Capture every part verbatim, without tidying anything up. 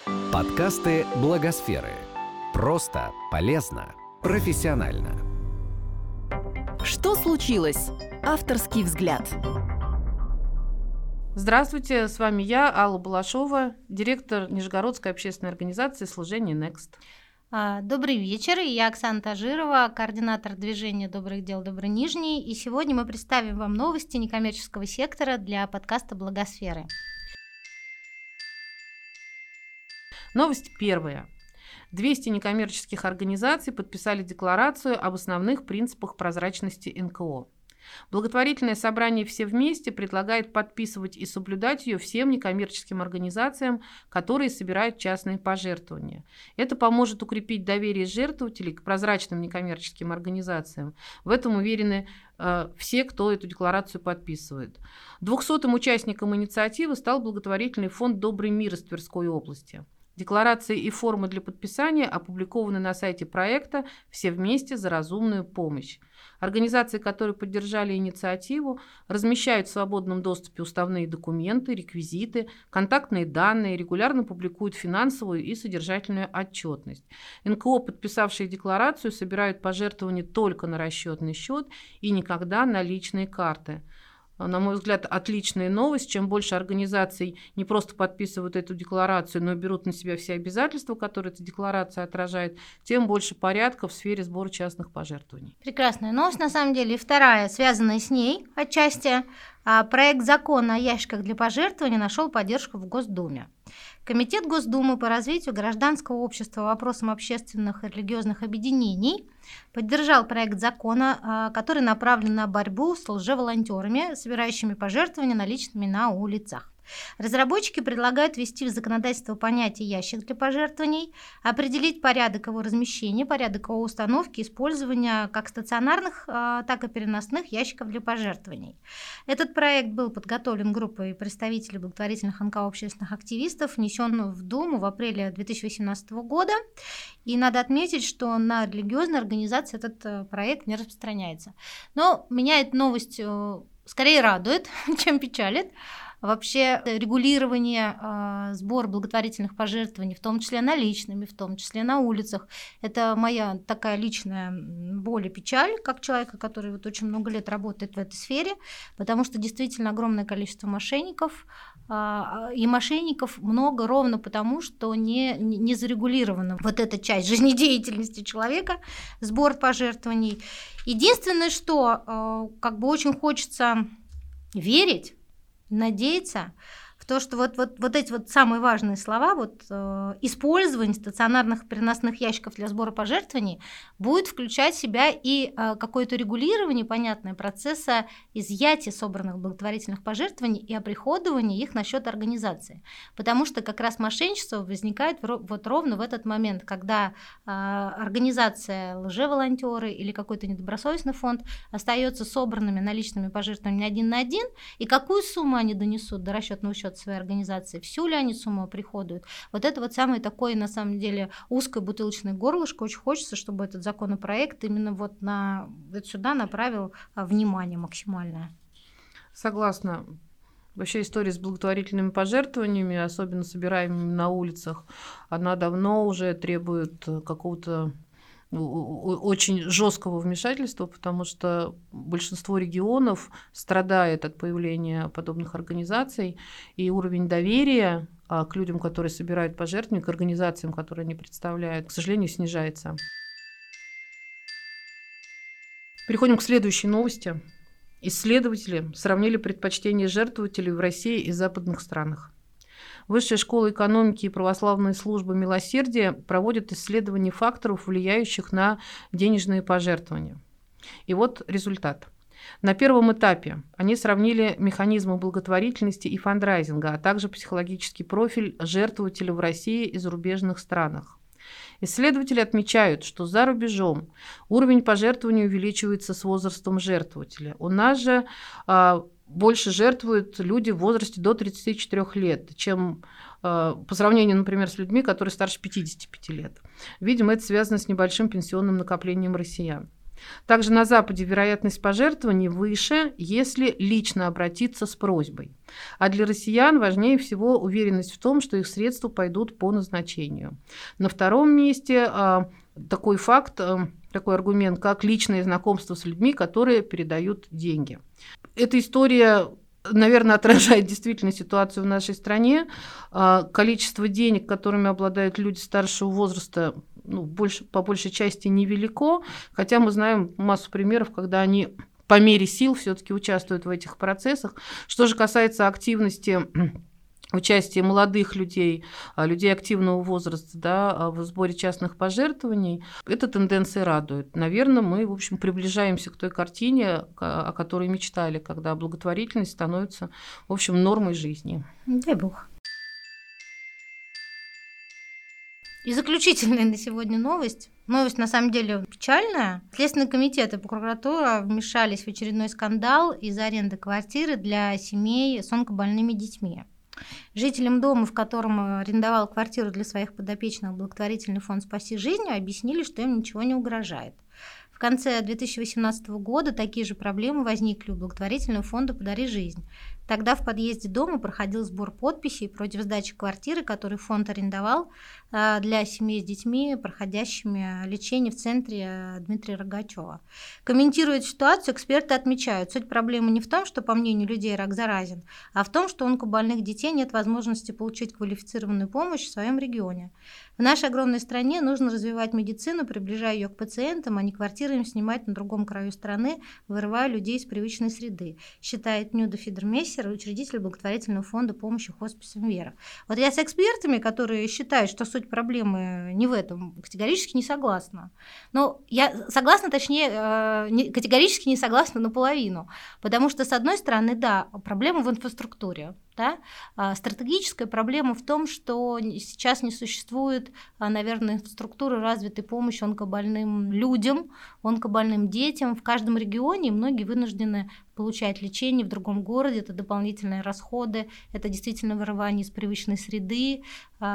Подкасты Благосферы. Просто, полезно, профессионально. Что случилось? Авторский взгляд. Здравствуйте, с вами я, Алла Балашова, директор Нижегородской общественной организации «Служение Next». Добрый вечер, я Оксана Тажирова, координатор движения добрых дел Добрый Нижний, и сегодня мы представим вам новости некоммерческого сектора для подкаста «Благосферы». Новость первая. двести некоммерческих организаций подписали декларацию об основных принципах прозрачности эн ка о. Благотворительное собрание «Все вместе» предлагает подписывать и соблюдать ее всем некоммерческим организациям, которые собирают частные пожертвования. Это поможет укрепить доверие жертвователей к прозрачным некоммерческим организациям. В этом уверены э, все, кто эту декларацию подписывает. Двухсотым участником инициативы стал благотворительный фонд «Добрый мир» из Тверской области. Декларации и формы для подписания опубликованы на сайте проекта «Все вместе за разумную помощь». Организации, которые поддержали инициативу, размещают в свободном доступе уставные документы, реквизиты, контактные данные, регулярно публикуют финансовую и содержательную отчетность. эн ка о, подписавшие декларацию, собирают пожертвования только на расчетный счет и никогда на личные карты. На мой взгляд, отличная новость. Чем больше организаций не просто подписывают эту декларацию, но и берут на себя все обязательства, которые эта декларация отражает, тем больше порядка в сфере сбора частных пожертвований. Прекрасная новость, на самом деле. И вторая, связанная с ней отчасти. Проект закона о ящиках для пожертвований нашел поддержку в Госдуме. Комитет Госдумы по развитию гражданского общества вопросам общественных и религиозных объединений поддержал проект закона, который направлен на борьбу с лжеволонтерами, собирающими пожертвования наличными на улицах. Разработчики предлагают ввести в законодательство понятие «ящик для пожертвований», определить порядок его размещения, порядок его установки и использования как стационарных, так и переносных ящиков для пожертвований. Этот проект был подготовлен группой представителей благотворительных эн ка о общественных активистов, внесен в Думу в апреле две тысячи восемнадцатого года. И надо отметить, что на религиозные организации этот проект не распространяется. Но меня эта новость скорее радует, чем печалит. Вообще регулирование, э, сбор благотворительных пожертвований, в том числе наличными, в том числе на улицах, это моя такая личная боль и печаль, как человека, который вот очень много лет работает в этой сфере, потому что действительно огромное количество мошенников, э, и мошенников много ровно потому, что не, не зарегулирована вот эта часть жизнедеятельности человека, сбор пожертвований. Единственное, что э, как бы очень хочется верить, надеяться в то, что вот, вот, вот эти вот самые важные слова, вот, э, использование стационарных переносных ящиков для сбора пожертвований будет включать в себя и э, какое-то регулирование, понятное, процесса изъятия собранных благотворительных пожертвований и оприходования их на счет организации. Потому что как раз мошенничество возникает в, вот ровно в этот момент, когда э, организация лжеволонтеры или какой-то недобросовестный фонд остается собранными наличными пожертвованиями один на один, и какую сумму они донесут до расчетного счета своей организации, всю ли они сумму оприходуют. Вот это вот самое такое, на самом деле, узкое бутылочное горлышко. Очень хочется, чтобы этот законопроект именно вот, на, вот сюда направил внимание максимальное. Согласна. Вообще история с благотворительными пожертвованиями, особенно собираемыми на улицах, она давно уже требует какого-то очень жесткого вмешательства, потому что большинство регионов страдает от появления подобных организаций, и уровень доверия к людям, которые собирают пожертвования, к организациям, которые они представляют, к сожалению, снижается. Переходим к следующей новости. Исследователи сравнили предпочтения жертвователей в России и западных странах. Высшая школа экономики и православные службы милосердия проводят исследования факторов, влияющих на денежные пожертвования. И вот результат. На первом этапе они сравнили механизмы благотворительности и фандрайзинга, а также психологический профиль жертвователя в России и зарубежных странах. Исследователи отмечают, что за рубежом уровень пожертвований увеличивается с возрастом жертвователя. У нас же а, больше жертвуют люди в возрасте до тридцати четырёх лет, чем а, по сравнению, например, с людьми, которые старше пятидесяти пяти лет. Видимо, это связано с небольшим пенсионным накоплением россиян. Также на Западе вероятность пожертвований выше, если лично обратиться с просьбой. А для россиян важнее всего уверенность в том, что их средства пойдут по назначению. На втором месте а, такой факт, а, такой аргумент, как личное знакомство с людьми, которые передают деньги. Эта история, наверное, отражает действительно ситуацию в нашей стране. А, количество денег, которыми обладают люди старшего возраста, ну, больше, по большей части невелико, хотя мы знаем массу примеров, когда они по мере сил все-таки участвуют в этих процессах. Что же касается активности, участия молодых людей, людей активного возраста, да, в сборе частных пожертвований, эта тенденция радует. Наверное, мы, в общем, приближаемся к той картине, о которой мечтали, когда благотворительность становится, в общем, нормой жизни. Дай бог. И заключительная на сегодня новость. Новость, на самом деле, печальная. Следственный комитет и прокуратура вмешались в очередной скандал из-за аренды квартиры для семей с онкобольными детьми. Жителям дома, в котором арендовал квартиру для своих подопечных благотворительный фонд «Спаси жизнь», объяснили, что им ничего не угрожает. В конце две тысячи восемнадцатого года такие же проблемы возникли у благотворительного фонда «Подари жизнь». Тогда в подъезде дома проходил сбор подписей против сдачи квартиры, которую фонд арендовал для семей с детьми, проходящими лечение в центре Дмитрия Рогачева. Комментируя ситуацию, эксперты отмечают, суть проблемы не в том, что, по мнению людей, рак заразен, а в том, что у онкобольных детей нет возможности получить квалифицированную помощь в своем регионе. В нашей огромной стране нужно развивать медицину, приближая ее к пациентам, а не квартиры им снимать на другом краю страны, вырывая людей из привычной среды, считает Нюда Фидермессер, учредитель благотворительного фонда помощи хосписам «Вера». Вот я с экспертами, которые считают, что суть проблемы не в этом, категорически не согласна. Но я согласна, точнее, категорически не согласна наполовину, потому что, с одной стороны, да, проблема в инфраструктуре. Да? Стратегическая проблема в том, что сейчас не существует, наверное, инфраструктуры развитой помощи онкобольным людям, онкобольным детям в каждом регионе, и многие вынуждены получать лечение в другом городе, это дополнительные расходы, это действительно вырывание из привычной среды,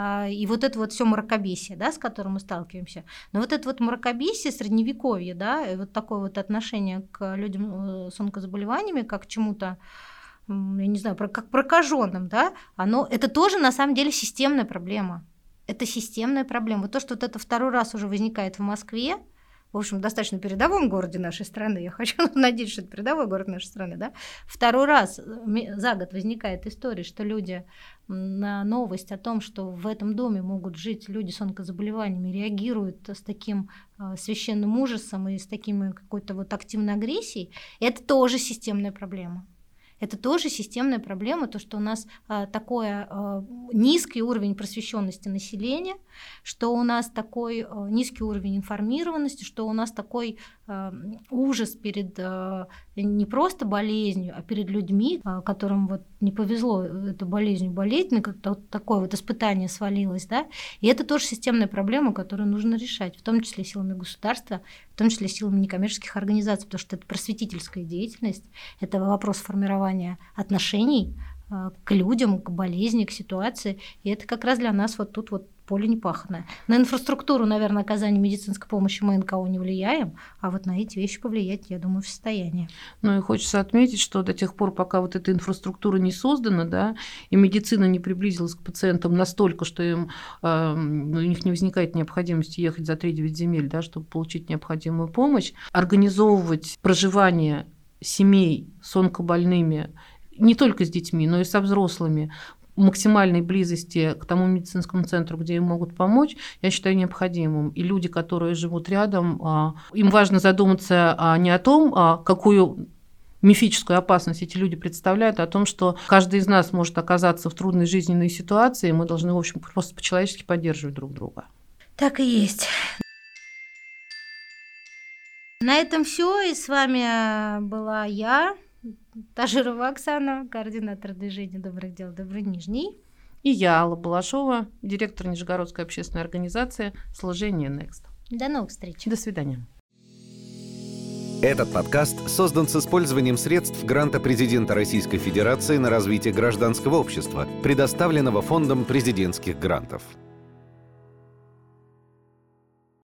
и вот это вот все мракобесие, да, с которым мы сталкиваемся. Но вот это вот мракобесие, средневековье, да, и вот такое вот отношение к людям с онкозаболеваниями, как к чему-то, я не знаю, как прокаженным, да, оно, это тоже на самом деле системная проблема. Это системная проблема. Вот то, что вот это второй раз уже возникает в Москве, в общем, достаточно передовом городе нашей страны, я хочу надеяться, что это передовой город нашей страны, да, второй раз за год возникает история, что люди на новость о том, что в этом доме могут жить люди с онкозаболеваниями, реагируют с таким священным ужасом и с такими какой-то вот активной агрессией, это тоже системная проблема. Это тоже системная проблема, то, что у нас а, такой а, низкий уровень просвещенности населения, что у нас такой а, низкий уровень информированности, что у нас такой а, ужас перед а, не просто болезнью, а перед людьми, а, которым вот не повезло эту болезнью болеть, как-то вот такое вот испытание свалилось, да, и это тоже системная проблема, которую нужно решать, в том числе силами государства, в том числе силами некоммерческих организаций, потому что это просветительская деятельность, это вопрос формирования отношений к людям, к болезни, к ситуации, и это как раз для нас вот тут вот поле непаханное. На инфраструктуру, наверное, оказания медицинской помощи мы эн ка о не влияем, а вот на эти вещи повлиять, я думаю, в состоянии. Ну и хочется отметить, что до тех пор, пока вот эта инфраструктура не создана, да, и медицина не приблизилась к пациентам настолько, что им, э, у них не возникает необходимости ехать за три-девять земель, да, чтобы получить необходимую помощь, организовывать проживание семей с онкобольными, не только с детьми, но и со взрослыми, максимальной близости к тому медицинскому центру, где им могут помочь, я считаю необходимым. И люди, которые живут рядом, им важно задуматься не о том, какую мифическую опасность эти люди представляют, а о том, что каждый из нас может оказаться в трудной жизненной ситуации, и мы должны, в общем, просто по-человечески поддерживать друг друга. Так и есть. На этом все, и с вами была я, Тажирова Оксана, координатор движения добрых дел «Добрый Нижний». И я, Алла Балашова, директор Нижегородской общественной организации «Служение Next». До новых встреч. До свидания. Этот подкаст создан с использованием средств гранта президента Российской Федерации на развитие гражданского общества, предоставленного Фондом президентских грантов.